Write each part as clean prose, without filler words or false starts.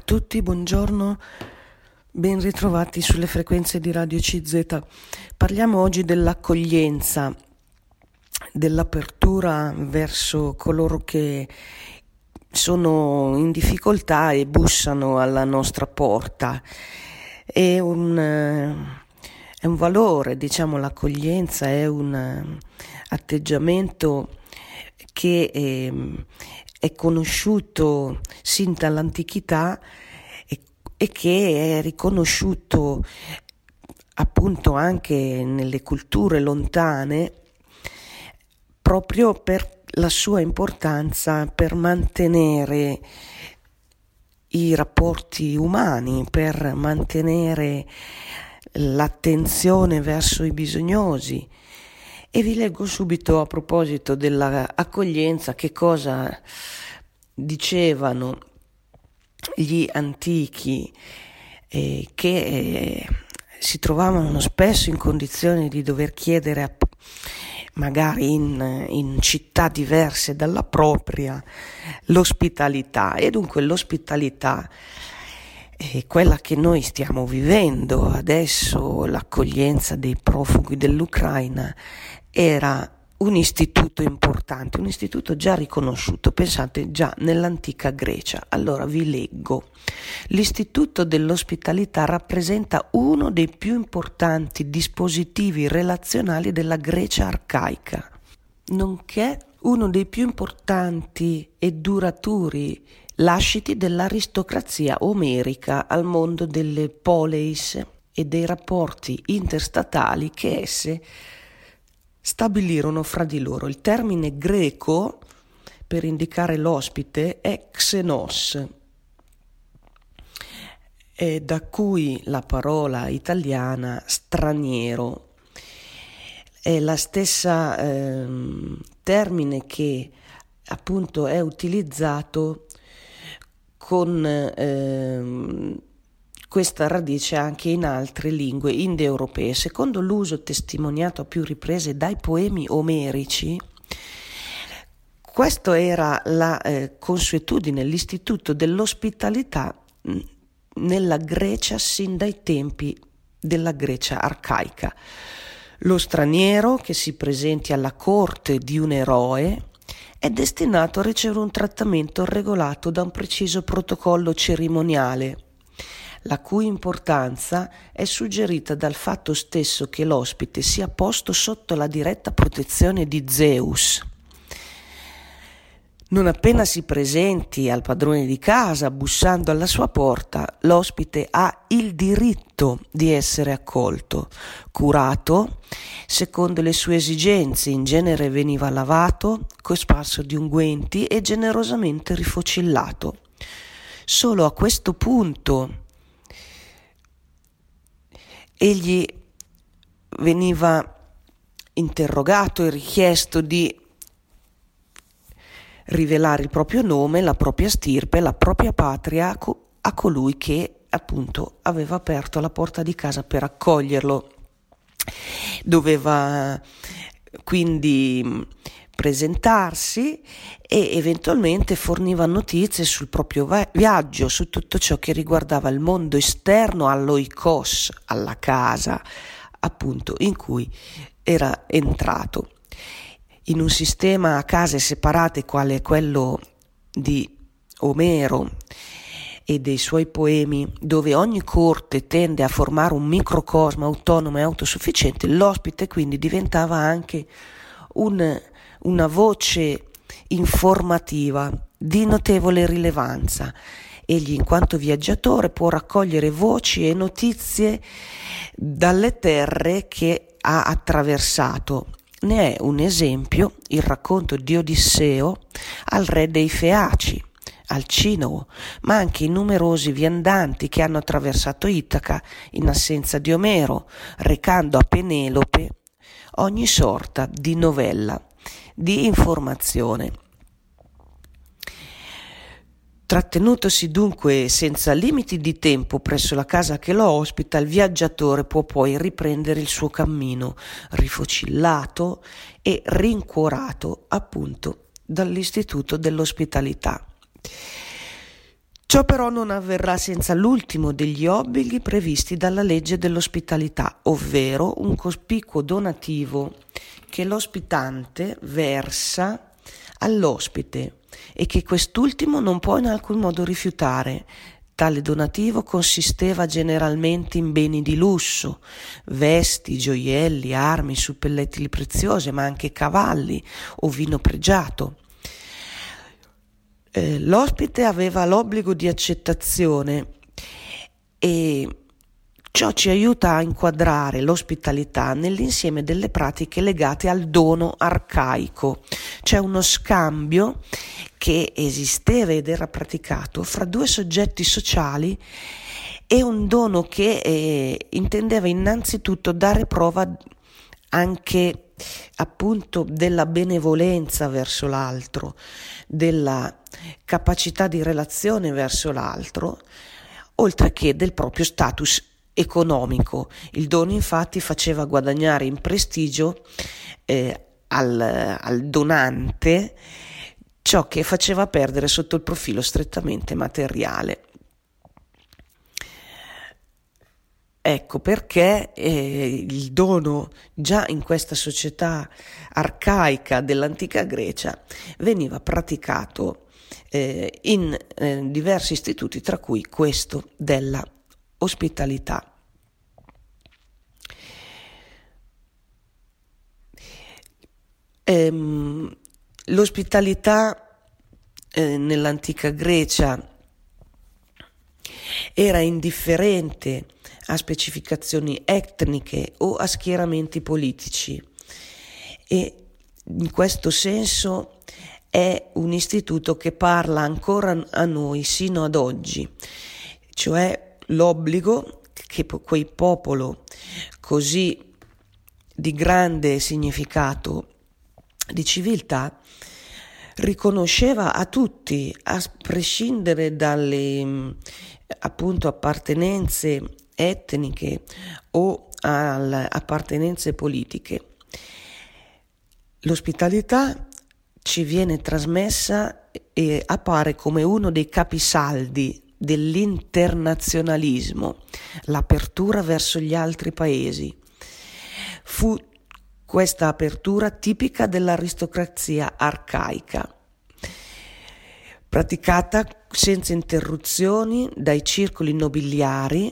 tutti, buongiorno, ben ritrovati sulle frequenze di Radio CZ. Parliamo oggi dell'accoglienza, dell'apertura verso coloro che sono in difficoltà e bussano alla nostra porta. È un valore, l'accoglienza è un atteggiamento che è conosciuto sin dall'antichità e che è riconosciuto appunto anche nelle culture lontane proprio per la sua importanza per mantenere i rapporti umani, per mantenere l'attenzione verso i bisognosi. E vi leggo subito a proposito dell'accoglienza che cosa dicevano gli antichi che si trovavano spesso in condizioni di dover chiedere magari in città diverse dalla propria l'ospitalità, e dunque l'ospitalità quella che noi stiamo vivendo adesso, l'accoglienza dei profughi dell'Ucraina, era un istituto importante, un istituto già riconosciuto, pensate, già nell'antica Grecia. Allora vi leggo: l'istituto dell'ospitalità rappresenta uno dei più importanti dispositivi relazionali della Grecia arcaica, nonché uno dei più importanti e duraturi lasciti dell'aristocrazia omerica al mondo delle poleis e dei rapporti interstatali che esse stabilirono fra di loro. Il termine greco per indicare l'ospite è xenos, da cui la parola italiana straniero. È la stessa termine che appunto è utilizzato con questa radice anche in altre lingue indoeuropee. Secondo l'uso testimoniato a più riprese dai poemi omerici, questa era la consuetudine, l'istituto dell'ospitalità nella Grecia sin dai tempi della Grecia arcaica. Lo straniero che si presenti alla corte di un eroe è destinato a ricevere un trattamento regolato da un preciso protocollo cerimoniale, la cui importanza è suggerita dal fatto stesso che l'ospite sia posto sotto la diretta protezione di Zeus. Non appena si presenti al padrone di casa bussando alla sua porta, l'ospite ha il diritto di essere accolto, curato secondo le sue esigenze. In genere veniva lavato, cosparso di unguenti e generosamente rifocillato. Solo a questo punto egli veniva interrogato e richiesto di rivelare il proprio nome, la propria stirpe, la propria patria a colui che appunto aveva aperto la porta di casa per accoglierlo. Doveva quindi presentarsi e eventualmente forniva notizie sul proprio viaggio, su tutto ciò che riguardava il mondo esterno all'oikos, alla casa appunto in cui era entrato. In un sistema a case separate quale quello di Omero e dei suoi poemi, dove ogni corte tende a formare un microcosmo autonomo e autosufficiente, l'ospite quindi diventava anche una voce informativa di notevole rilevanza. Egli, in quanto viaggiatore, può raccogliere voci e notizie dalle terre che ha attraversato. Ne è un esempio il racconto di Odisseo al re dei Feaci, Alcinoe, ma anche i numerosi viandanti che hanno attraversato Itaca in assenza di Omero, recando a Penelope ogni sorta di novella, di informazione. Trattenutosi dunque senza limiti di tempo presso la casa che lo ospita, il viaggiatore può poi riprendere il suo cammino, rifocillato e rincuorato appunto dall'istituto dell'ospitalità. Ciò però non avverrà senza l'ultimo degli obblighi previsti dalla legge dell'ospitalità, ovvero un cospicuo donativo che l'ospitante versa all'ospite e che quest'ultimo non può in alcun modo rifiutare. Tale donativo consisteva generalmente in beni di lusso, vesti, gioielli, armi, suppellettili preziose, ma anche cavalli o vino pregiato. L'ospite aveva l'obbligo di accettazione e ciò ci aiuta a inquadrare l'ospitalità nell'insieme delle pratiche legate al dono arcaico, cioè uno scambio che esisteva ed era praticato fra due soggetti sociali e un dono che intendeva innanzitutto dare prova anche appunto della benevolenza verso l'altro, della capacità di relazione verso l'altro, oltre che del proprio status economico. Il dono infatti faceva guadagnare in prestigio al donante ciò che faceva perdere sotto il profilo strettamente materiale. Ecco perché il dono già in questa società arcaica dell'antica Grecia veniva praticato in diversi istituti, tra cui questo della ospitalità. L'ospitalità nell'antica Grecia era indifferente a specificazioni etniche o a schieramenti politici e in questo senso è un istituto che parla ancora a noi sino ad oggi, cioè l'obbligo che quel popolo così di grande significato di civiltà riconosceva a tutti, a prescindere dalle appunto appartenenze etniche o alle appartenenze politiche. L'ospitalità ci viene trasmessa e appare come uno dei capisaldi dell'internazionalismo, l'apertura verso gli altri paesi. Fu questa apertura tipica dell'aristocrazia arcaica, praticata senza interruzioni dai circoli nobiliari.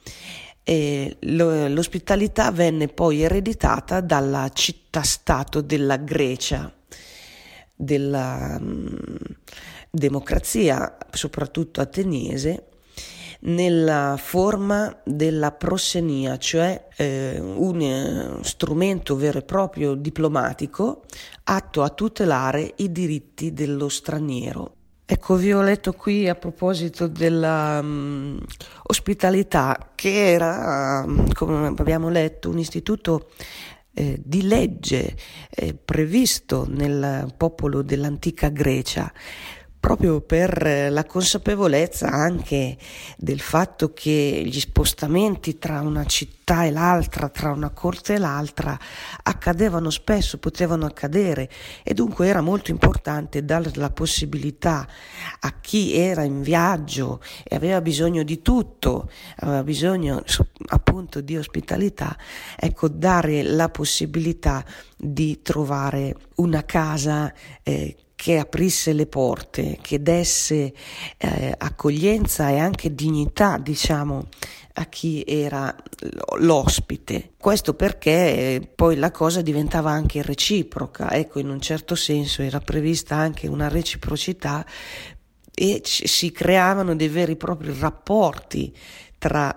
L'ospitalità venne poi ereditata dalla città-stato della Grecia, della democrazia, soprattutto ateniese, nella forma della prossenia, cioè un strumento vero e proprio diplomatico atto a tutelare i diritti dello straniero. Ecco, vi ho letto qui a proposito della ospitalità, che era, come abbiamo letto, un istituto di legge previsto nel popolo dell'antica Grecia, proprio per la consapevolezza anche del fatto che gli spostamenti tra una città e l'altra, tra una corte e l'altra, accadevano spesso, potevano accadere, e dunque era molto importante dare la possibilità a chi era in viaggio e aveva bisogno di tutto, aveva bisogno appunto di ospitalità, ecco, dare la possibilità di trovare una casa che aprisse le porte, che desse accoglienza e anche dignità, diciamo, a chi era l'ospite. Questo perché poi la cosa diventava anche reciproca, ecco, in un certo senso era prevista anche una reciprocità e si creavano dei veri e propri rapporti tra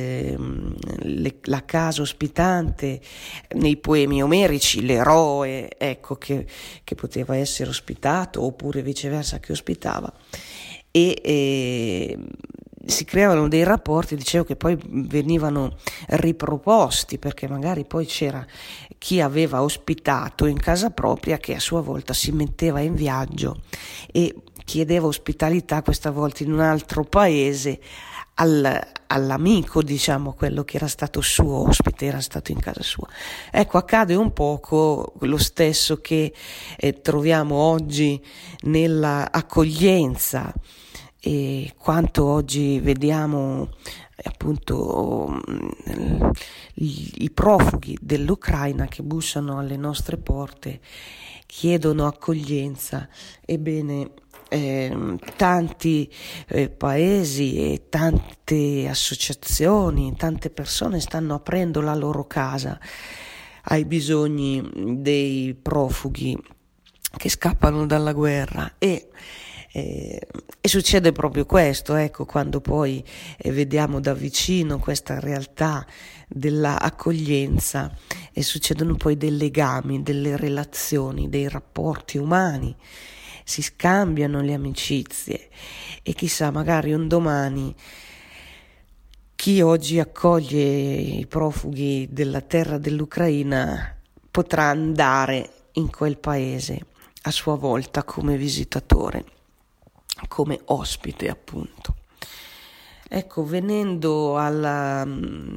la casa ospitante. Nei poemi omerici l'eroe, ecco, che poteva essere ospitato, oppure viceversa che ospitava, e si creavano dei rapporti, dicevo, che poi venivano riproposti, perché magari poi c'era chi aveva ospitato in casa propria che a sua volta si metteva in viaggio e chiedeva ospitalità, questa volta in un altro paese, all'amico, diciamo, quello che era stato suo ospite, era stato in casa sua. Ecco, accade un poco lo stesso che troviamo oggi nella accoglienza e quanto oggi vediamo appunto i profughi dell'Ucraina che bussano alle nostre porte, chiedono accoglienza. Ebbene, tanti paesi e tante associazioni, tante persone stanno aprendo la loro casa ai bisogni dei profughi che scappano dalla guerra e succede proprio questo, ecco, quando poi vediamo da vicino questa realtà della accoglienza e succedono poi dei legami, delle relazioni, dei rapporti umani, si scambiano le amicizie e chissà, magari un domani chi oggi accoglie i profughi della terra dell'Ucraina potrà andare in quel paese a sua volta come visitatore, come ospite appunto. Ecco, venendo al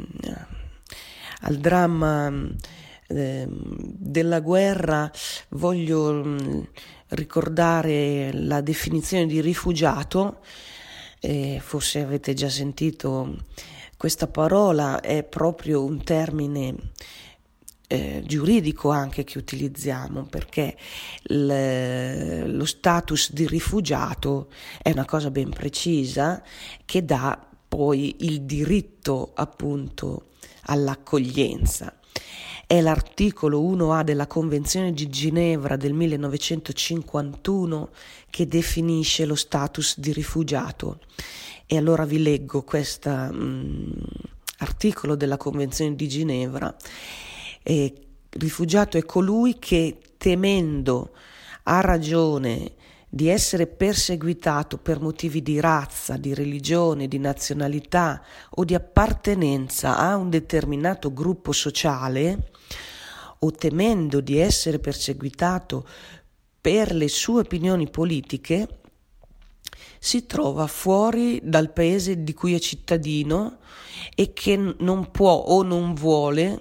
dramma della guerra, voglio ricordare la definizione di rifugiato. Forse avete già sentito questa parola, è proprio un termine giuridico anche che utilizziamo, perché lo status di rifugiato è una cosa ben precisa che dà poi il diritto appunto all'accoglienza. È l'articolo 1A della Convenzione di Ginevra del 1951 che definisce lo status di rifugiato. E allora vi leggo questo articolo della Convenzione di Ginevra. Rifugiato è colui che, temendo a ragione di essere perseguitato per motivi di razza, di religione, di nazionalità o di appartenenza a un determinato gruppo sociale, o temendo di essere perseguitato per le sue opinioni politiche, si trova fuori dal paese di cui è cittadino e che non può o non vuole,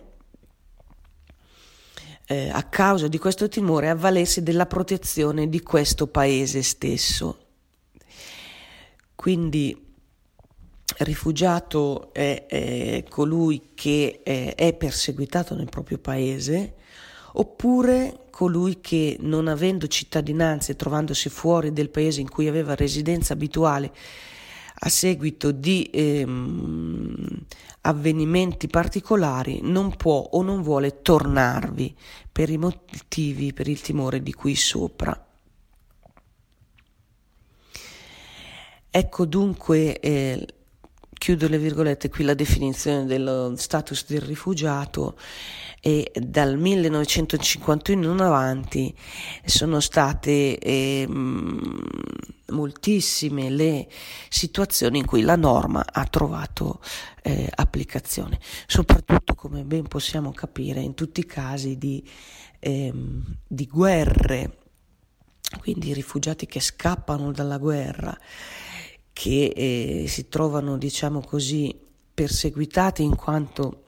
a causa di questo timore, avvalersi della protezione di questo paese stesso. Quindi rifugiato è colui che è perseguitato nel proprio paese, oppure colui che, non avendo cittadinanza e trovandosi fuori del paese in cui aveva residenza abituale a seguito di avvenimenti particolari, non può o non vuole tornarvi per i motivi, per il timore di qui sopra. Ecco dunque, chiudo le virgolette, qui la definizione dello status del rifugiato, e dal 1951 in avanti sono state moltissime le situazioni in cui la norma ha trovato applicazione, soprattutto, come ben possiamo capire, in tutti i casi di guerre, quindi rifugiati che scappano dalla guerra, che si trovano, diciamo così, perseguitati in quanto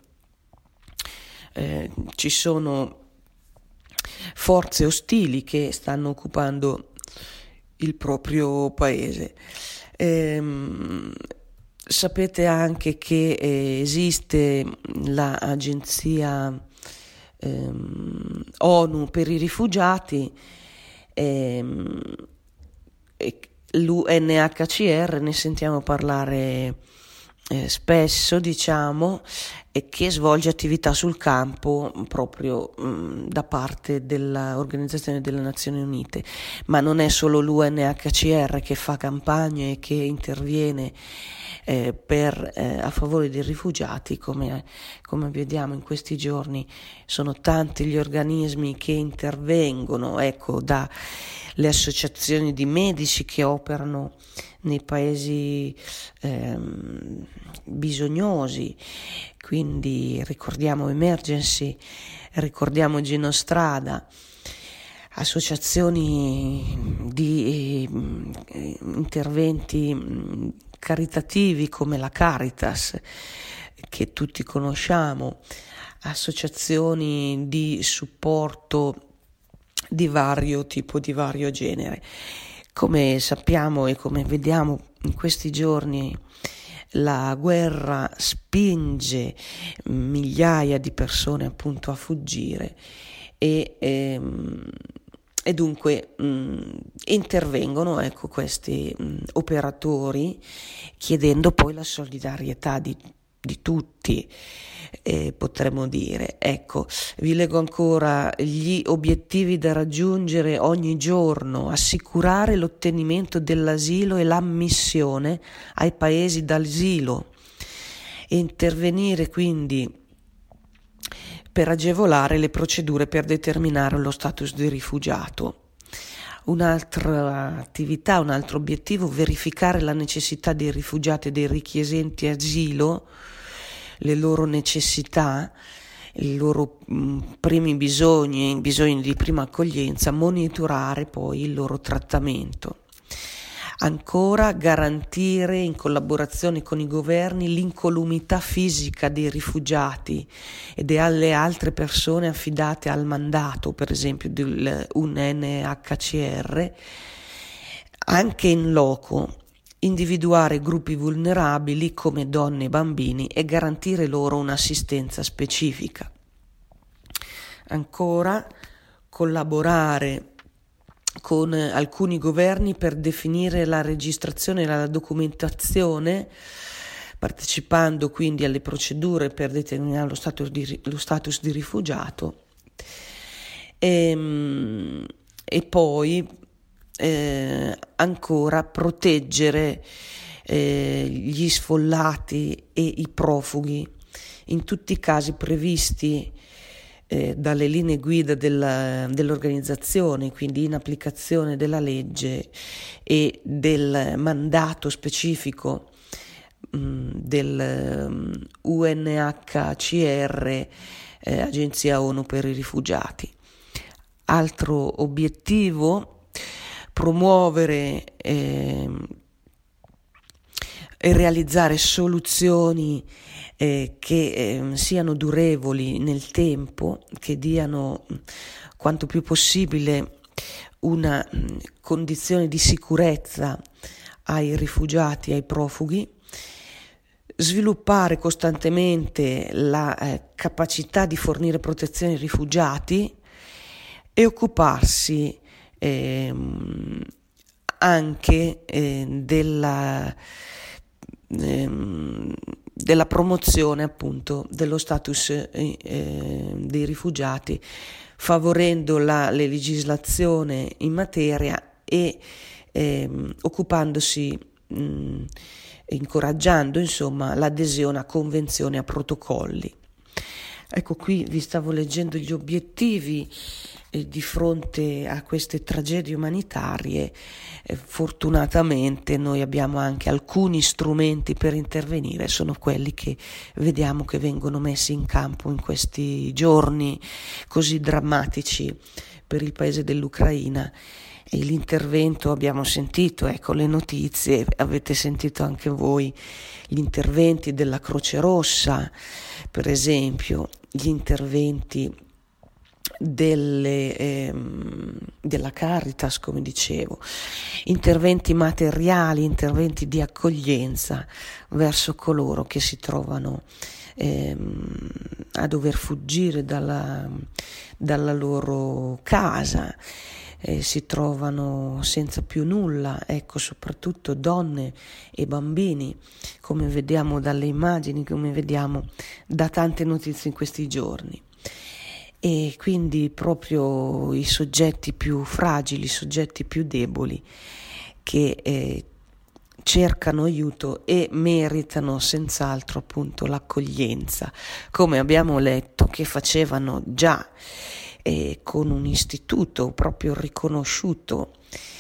ci sono forze ostili che stanno occupando il proprio paese. Sapete anche che esiste l'agenzia ONU per i rifugiati, l'UNHCR, ne sentiamo parlare spesso, diciamo, e che svolge attività sul campo proprio da parte dell'Organizzazione delle Nazioni Unite. Ma non è solo l'UNHCR che fa campagne e che interviene a favore dei rifugiati, come vediamo in questi giorni sono tanti gli organismi che intervengono, ecco, dalle associazioni di medici che operano nei paesi bisognosi, quindi ricordiamo Emergency, ricordiamo Ginostrada, associazioni di interventi caritativi come la Caritas, che tutti conosciamo, associazioni di supporto di vario tipo, di vario genere. Come sappiamo e come vediamo in questi giorni la guerra spinge migliaia di persone appunto a fuggire e dunque intervengono, ecco, questi operatori, chiedendo poi la solidarietà di tutti, potremmo dire. Ecco, vi leggo ancora gli obiettivi da raggiungere ogni giorno: assicurare l'ottenimento dell'asilo e l'ammissione ai paesi d'asilo, e intervenire quindi per agevolare le procedure per determinare lo status di rifugiato. Un'altra attività, un altro obiettivo: verificare la necessità dei rifugiati e dei richiedenti asilo, le loro necessità, i loro primi bisogni di prima accoglienza, monitorare poi il loro trattamento. Ancora, garantire in collaborazione con i governi l'incolumità fisica dei rifugiati e delle altre persone affidate al mandato, per esempio dell'UNHCR, anche in loco, individuare gruppi vulnerabili come donne e bambini e garantire loro un'assistenza specifica. Ancora, collaborare con alcuni governi per definire la registrazione e la documentazione, partecipando quindi alle procedure per determinare lo status di rifugiato, e poi ancora proteggere gli sfollati e i profughi in tutti i casi previsti dalle linee guida dell'organizzazione, quindi in applicazione della legge e del mandato specifico del UNHCR, Agenzia ONU per i rifugiati. Altro obiettivo: promuovere e realizzare soluzioni che siano durevoli nel tempo, che diano quanto più possibile una condizione di sicurezza ai rifugiati, ai profughi, sviluppare costantemente la capacità di fornire protezione ai rifugiati e occuparsi anche della promozione appunto dello status dei rifugiati, favorendo la legislazione in materia e occupandosi, incoraggiando insomma l'adesione a convenzioni e a protocolli. Ecco, qui vi stavo leggendo gli obiettivi di fronte a queste tragedie umanitarie. Fortunatamente noi abbiamo anche alcuni strumenti per intervenire, sono quelli che vediamo che vengono messi in campo in questi giorni così drammatici per il paese dell'Ucraina. E l'intervento, abbiamo sentito, ecco, le notizie, avete sentito anche voi gli interventi della Croce Rossa, per esempio, gli interventi della Caritas, come dicevo, interventi materiali, interventi di accoglienza verso coloro che si trovano a dover fuggire dalla loro casa, si trovano senza più nulla, ecco, soprattutto donne e bambini, come vediamo dalle immagini, come vediamo da tante notizie in questi giorni. E quindi proprio i soggetti più fragili, i soggetti più deboli che cercano aiuto e meritano senz'altro appunto l'accoglienza, come abbiamo letto che facevano già con un istituto proprio riconosciuto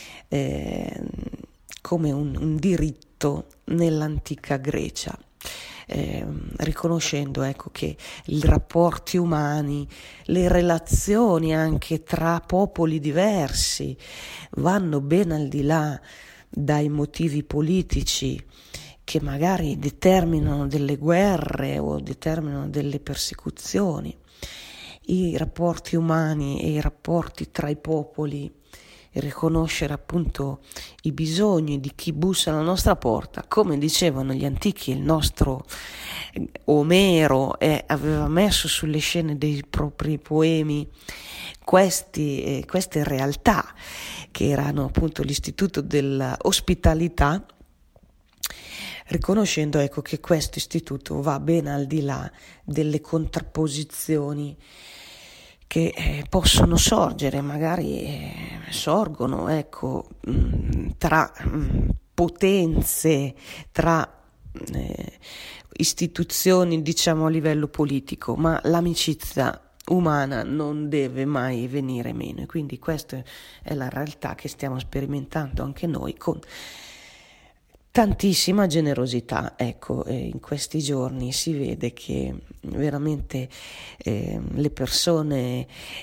come un diritto nell'antica Grecia. Riconoscendo, ecco, che i rapporti umani, le relazioni anche tra popoli diversi vanno ben al di là dai motivi politici che magari determinano delle guerre o determinano delle persecuzioni. I rapporti umani e i rapporti tra i popoli e riconoscere appunto i bisogni di chi bussa alla nostra porta, come dicevano gli antichi, il nostro Omero aveva messo sulle scene dei propri poemi queste realtà che erano appunto l'istituto dell'ospitalità, riconoscendo ecco che questo istituto va ben al di là delle contrapposizioni che possono sorgere, magari sorgono ecco tra potenze, tra istituzioni diciamo a livello politico, ma l'amicizia umana non deve mai venire meno, e quindi questa è la realtà che stiamo sperimentando anche noi con tantissima generosità. Ecco, in questi giorni si vede che veramente le persone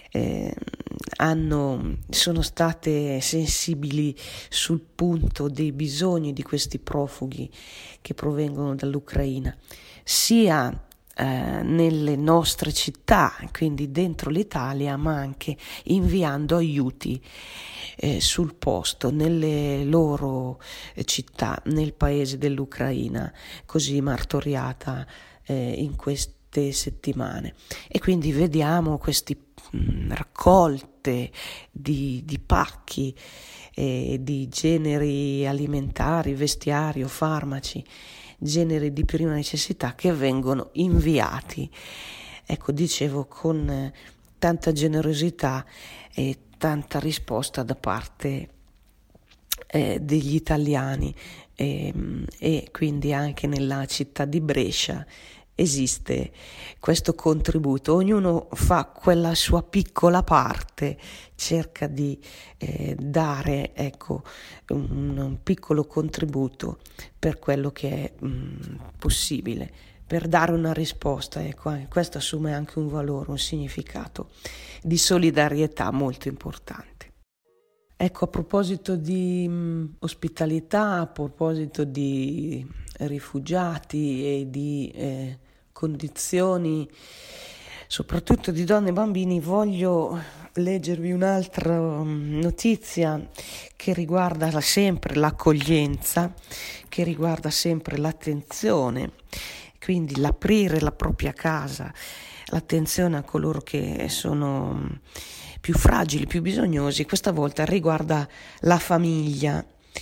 sono state sensibili sul punto dei bisogni di questi profughi che provengono dall'Ucraina, sia nelle nostre città, quindi dentro l'Italia, ma anche inviando aiuti sul posto, nelle loro città, nel paese dell'Ucraina, così martoriata in queste settimane. E quindi vediamo queste raccolte di pacchi, di generi alimentari, vestiario, farmaci, generi di prima necessità che vengono inviati, ecco, dicevo, con tanta generosità e tanta risposta da parte degli italiani, e quindi anche nella città di Brescia esiste questo contributo. Ognuno fa quella sua piccola parte, cerca di dare ecco un piccolo contributo per quello che è possibile, per dare una risposta. Ecco, questo assume anche un valore, un significato di solidarietà molto importante. Ecco, a proposito di ospitalità, a proposito di rifugiati e di condizioni, soprattutto di donne e bambini, voglio leggervi un'altra notizia che riguarda sempre l'accoglienza, che riguarda sempre l'attenzione, quindi l'aprire la propria casa, l'attenzione a coloro che sono più fragili, più bisognosi. Questa volta riguarda la famiglia.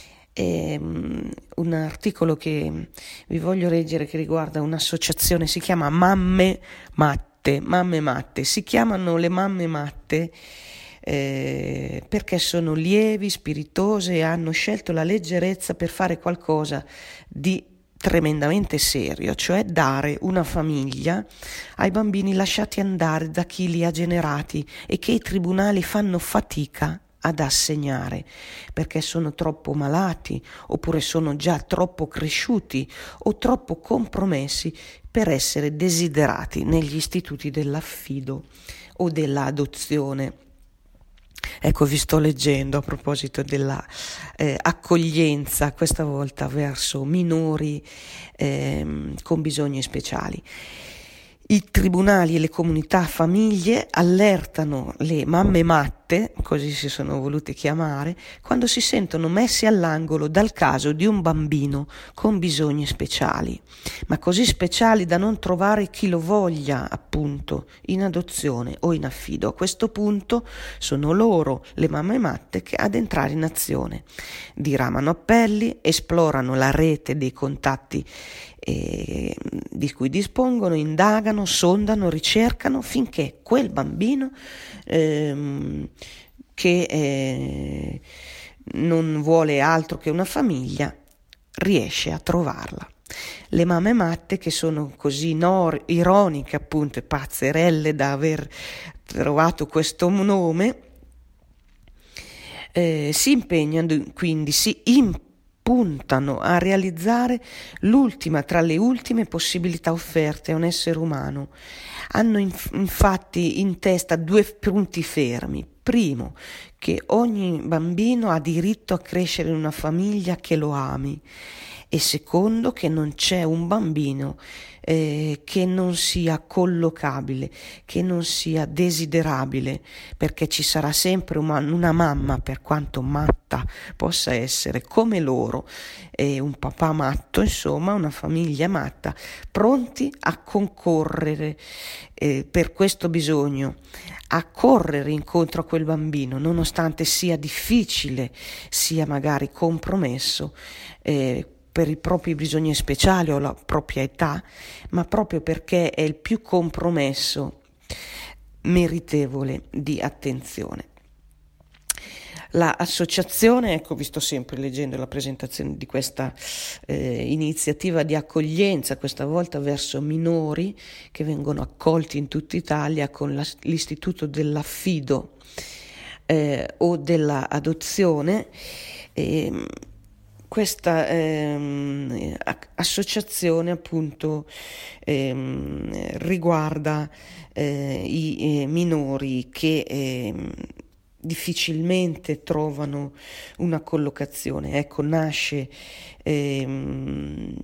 Un articolo che vi voglio leggere che riguarda un'associazione, si chiama Mamme Matte. Si chiamano le Mamme Matte perché sono lievi, spiritose e hanno scelto la leggerezza per fare qualcosa di tremendamente serio, cioè dare una famiglia ai bambini lasciati andare da chi li ha generati e che i tribunali fanno fatica ad assegnare perché sono troppo malati, oppure sono già troppo cresciuti o troppo compromessi per essere desiderati negli istituti dell'affido o dell'adozione. Ecco, vi sto leggendo a proposito della accoglienza, questa volta verso minori con bisogni speciali. I tribunali e le comunità famiglie allertano le mamme matte, così si sono volute chiamare, quando si sentono messi all'angolo dal caso di un bambino con bisogni speciali, ma così speciali da non trovare chi lo voglia, appunto, in adozione o in affido. A questo punto sono loro, le mamme matte, che ad entrare in azione. Diramano appelli, esplorano la rete dei contatti di cui dispongono, indagano, sondano, ricercano finché quel bambino che non vuole altro che una famiglia riesce a trovarla. Le mamme matte, che sono così ironiche appunto e pazzerelle da aver trovato questo nome, si impegnano, quindi si puntano a realizzare l'ultima tra le ultime possibilità offerte a un essere umano. Hanno infatti in testa due punti fermi. Primo, che ogni bambino ha diritto a crescere in una famiglia che lo ami, e secondo che non c'è un bambino che non sia collocabile, che non sia desiderabile, perché ci sarà sempre una mamma, per quanto matta possa essere come loro, un papà matto, insomma una famiglia matta, pronti a concorrere per questo bisogno, a correre incontro a quel bambino, nonostante sia difficile, sia magari compromesso per i propri bisogni speciali o la propria età, ma proprio perché è il più compromesso, meritevole di attenzione. L'associazione, ecco, vi sto sempre leggendo la presentazione di questa iniziativa di accoglienza, questa volta verso minori che vengono accolti in tutta Italia con l'istituto dell'affido o dell'adozione. Questa associazione appunto riguarda i minori che difficilmente trovano una collocazione. Ecco, nasce nel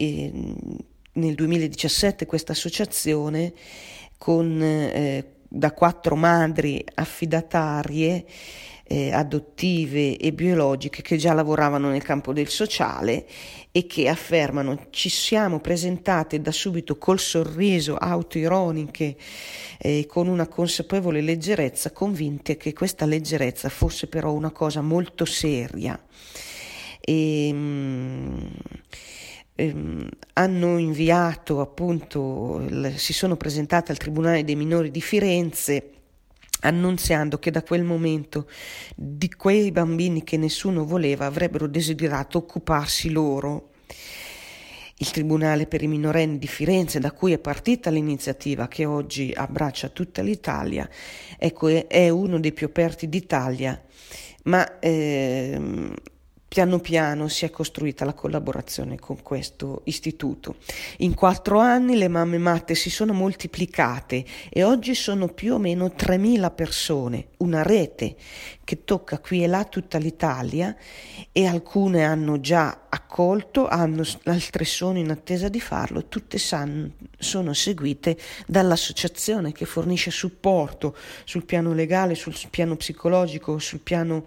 2017 questa associazione con da 4 madri affidatarie adottive e biologiche che già lavoravano nel campo del sociale e che affermano: ci siamo presentate da subito col sorriso, autoironiche, con una consapevole leggerezza, convinte che questa leggerezza fosse però una cosa molto seria. Hanno inviato appunto, si sono presentate al Tribunale dei minori di Firenze annunziando che da quel momento di quei bambini che nessuno voleva avrebbero desiderato occuparsi loro. Il Tribunale per i minorenni di Firenze, da cui è partita l'iniziativa che oggi abbraccia tutta l'Italia, ecco, è uno dei più aperti d'Italia, ma piano piano si è costruita la collaborazione con questo istituto. In 4 anni le mamme matte si sono moltiplicate e oggi sono più o meno 3.000 persone, una rete che tocca qui e là tutta l'Italia, e alcune hanno già accolto, altre sono in attesa di farlo, tutte sono seguite dall'associazione che fornisce supporto sul piano legale, sul piano psicologico, sul piano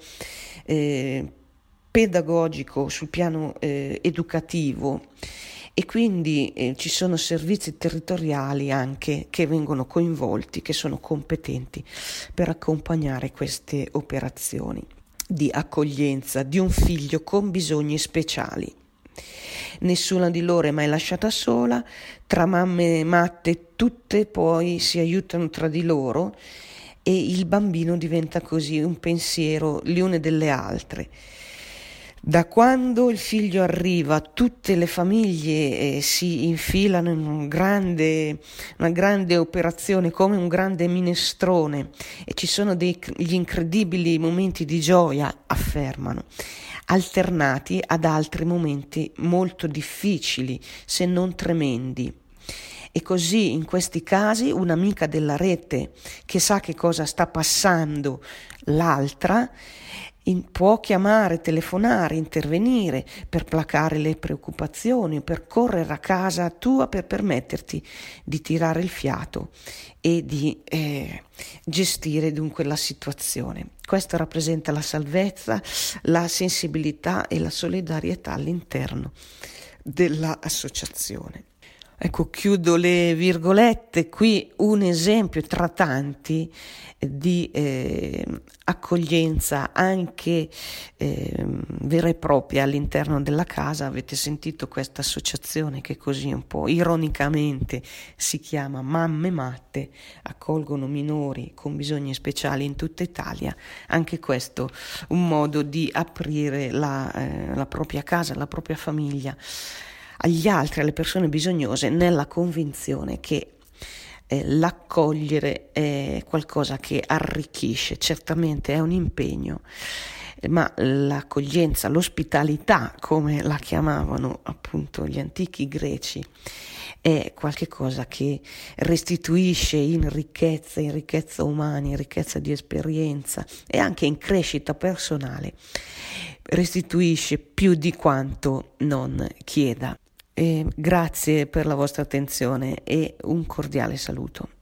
pedagogico, sul piano educativo, e quindi ci sono servizi territoriali anche che vengono coinvolti, che sono competenti per accompagnare queste operazioni di accoglienza di un figlio con bisogni speciali. Nessuna di loro è mai lasciata sola, tra mamme matte tutte poi si aiutano tra di loro e il bambino diventa così un pensiero le une delle altre. Da quando il figlio arriva, tutte le famiglie si infilano in una grande operazione, come un grande minestrone, e ci sono gli incredibili momenti di gioia, affermano, alternati ad altri momenti molto difficili, se non tremendi. E così in questi casi un'amica della rete che sa che cosa sta passando l'altra può chiamare, telefonare, intervenire per placare le preoccupazioni, per correre a casa tua per permetterti di tirare il fiato e di gestire dunque la situazione. Questo rappresenta la salvezza, la sensibilità e la solidarietà all'interno dell'associazione. Ecco, chiudo le virgolette, qui un esempio tra tanti di accoglienza anche vera e propria all'interno della casa. Avete sentito questa associazione che così un po' ironicamente si chiama Mamme Matte, accolgono minori con bisogni speciali in tutta Italia. Anche questo un modo di aprire la propria casa, la propria famiglia agli altri, alle persone bisognose, nella convinzione che l'accogliere è qualcosa che arricchisce. Certamente è un impegno, ma l'accoglienza, l'ospitalità, come la chiamavano appunto gli antichi greci, è qualche cosa che restituisce in ricchezza umana, in ricchezza di esperienza e anche in crescita personale, restituisce più di quanto non chieda. Grazie per la vostra attenzione e un cordiale saluto.